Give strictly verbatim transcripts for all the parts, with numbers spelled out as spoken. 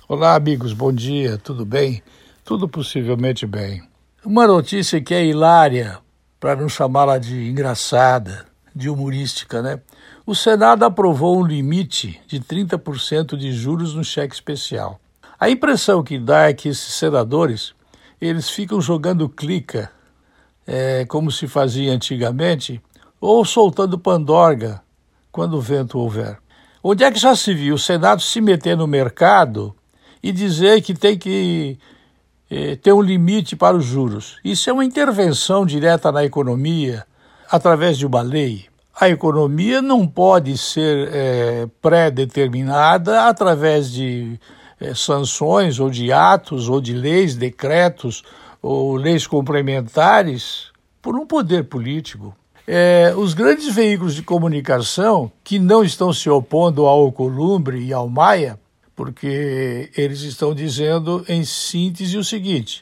Olá, amigos, bom dia, tudo bem? Tudo possivelmente bem. Uma notícia que é hilária, para não chamá-la de engraçada, de humorística, né? O Senado aprovou um limite de trinta por cento de juros no cheque especial. A impressão que dá é que esses senadores, eles ficam jogando clica, é, como se fazia antigamente, ou soltando pandorga quando o vento houver. Onde é que já se viu o Senado se meter no mercado e dizer que tem que eh, ter um limite para os juros? Isso é uma intervenção direta na economia através de uma lei. A economia não pode ser eh, pré-determinada através de eh, sanções ou de atos ou de leis, decretos ou leis complementares por um poder político. É, os grandes veículos de comunicação que não estão se opondo ao Alcolumbre e ao Maia, porque eles estão dizendo em síntese o seguinte: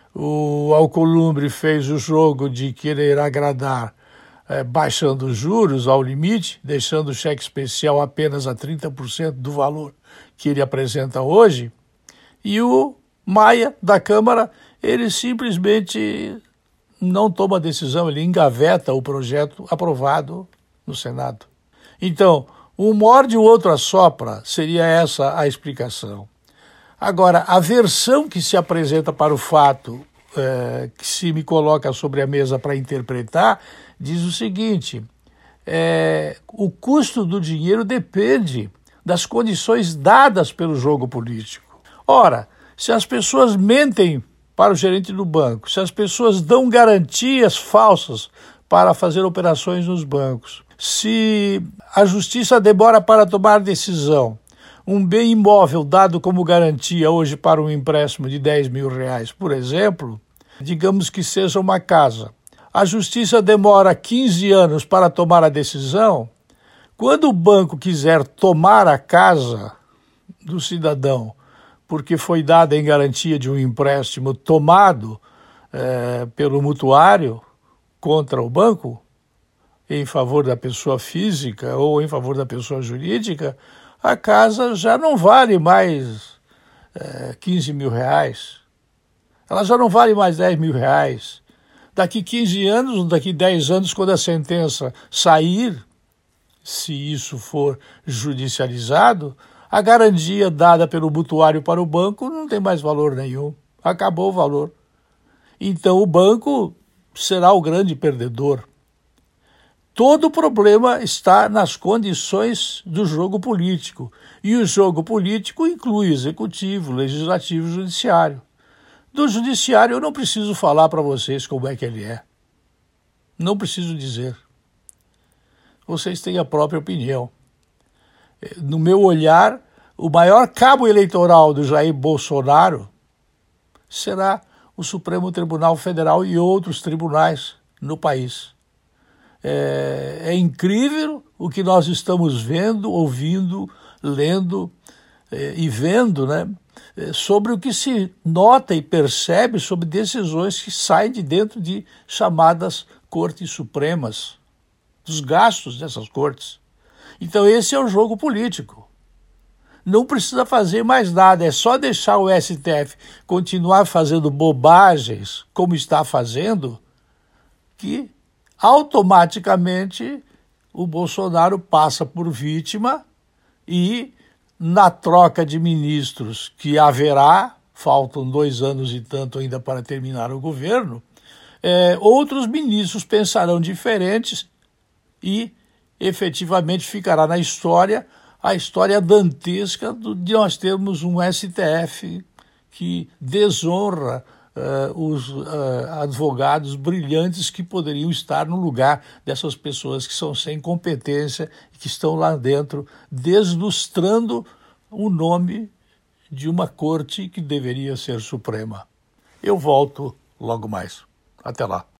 o Alcolumbre fez o jogo de querer agradar é, baixando os juros ao limite, deixando o cheque especial apenas a trinta por cento do valor que ele apresenta hoje, e o Maia da Câmara, ele simplesmente não toma decisão, ele engaveta o projeto aprovado no Senado. Então, um morde e o outro assopra, seria essa a explicação. Agora, a versão que se apresenta para o fato, é, que se me coloca sobre a mesa para interpretar, diz o seguinte: é, o custo do dinheiro depende das condições dadas pelo jogo político. Ora, se as pessoas mentem para o gerente do banco, se as pessoas dão garantias falsas para fazer operações nos bancos, se a justiça demora para tomar decisão, um bem imóvel dado como garantia hoje para um empréstimo de dez mil reais, por exemplo, digamos que seja uma casa, a justiça demora quinze anos para tomar a decisão, quando o banco quiser tomar a casa do cidadão, porque foi dada em garantia de um empréstimo tomado é, pelo mutuário contra o banco, em favor da pessoa física ou em favor da pessoa jurídica, a casa já não vale mais é, quinze mil reais. Ela já não vale mais dez mil reais. Daqui quinze anos, daqui dez anos, quando a sentença sair, se isso for judicializado, a garantia dada pelo mutuário para o banco não tem mais valor nenhum. Acabou o valor. Então o banco será o grande perdedor. Todo o problema está nas condições do jogo político. E o jogo político inclui executivo, legislativo e judiciário. Do judiciário eu não preciso falar para vocês como é que ele é. Não preciso dizer. Vocês têm a própria opinião. No meu olhar, o maior cabo eleitoral do Jair Bolsonaro será o Supremo Tribunal Federal e outros tribunais no país. É, é incrível o que nós estamos vendo, ouvindo, lendo é, e vendo, né, é, sobre o que se nota e percebe sobre decisões que saem de dentro de chamadas cortes supremas, dos gastos dessas cortes. Então esse é o jogo político. Não precisa fazer mais nada, é só deixar o S T F continuar fazendo bobagens, como está fazendo, que automaticamente o Bolsonaro passa por vítima e, na troca de ministros que haverá, faltam dois anos e tanto ainda para terminar o governo, é, outros ministros pensarão diferentes e efetivamente ficará na história a história dantesca de nós termos um S T F que desonra uh, os uh, advogados brilhantes que poderiam estar no lugar dessas pessoas que são sem competência e que estão lá dentro deslustrando o nome de uma corte que deveria ser suprema. Eu volto logo mais. Até lá.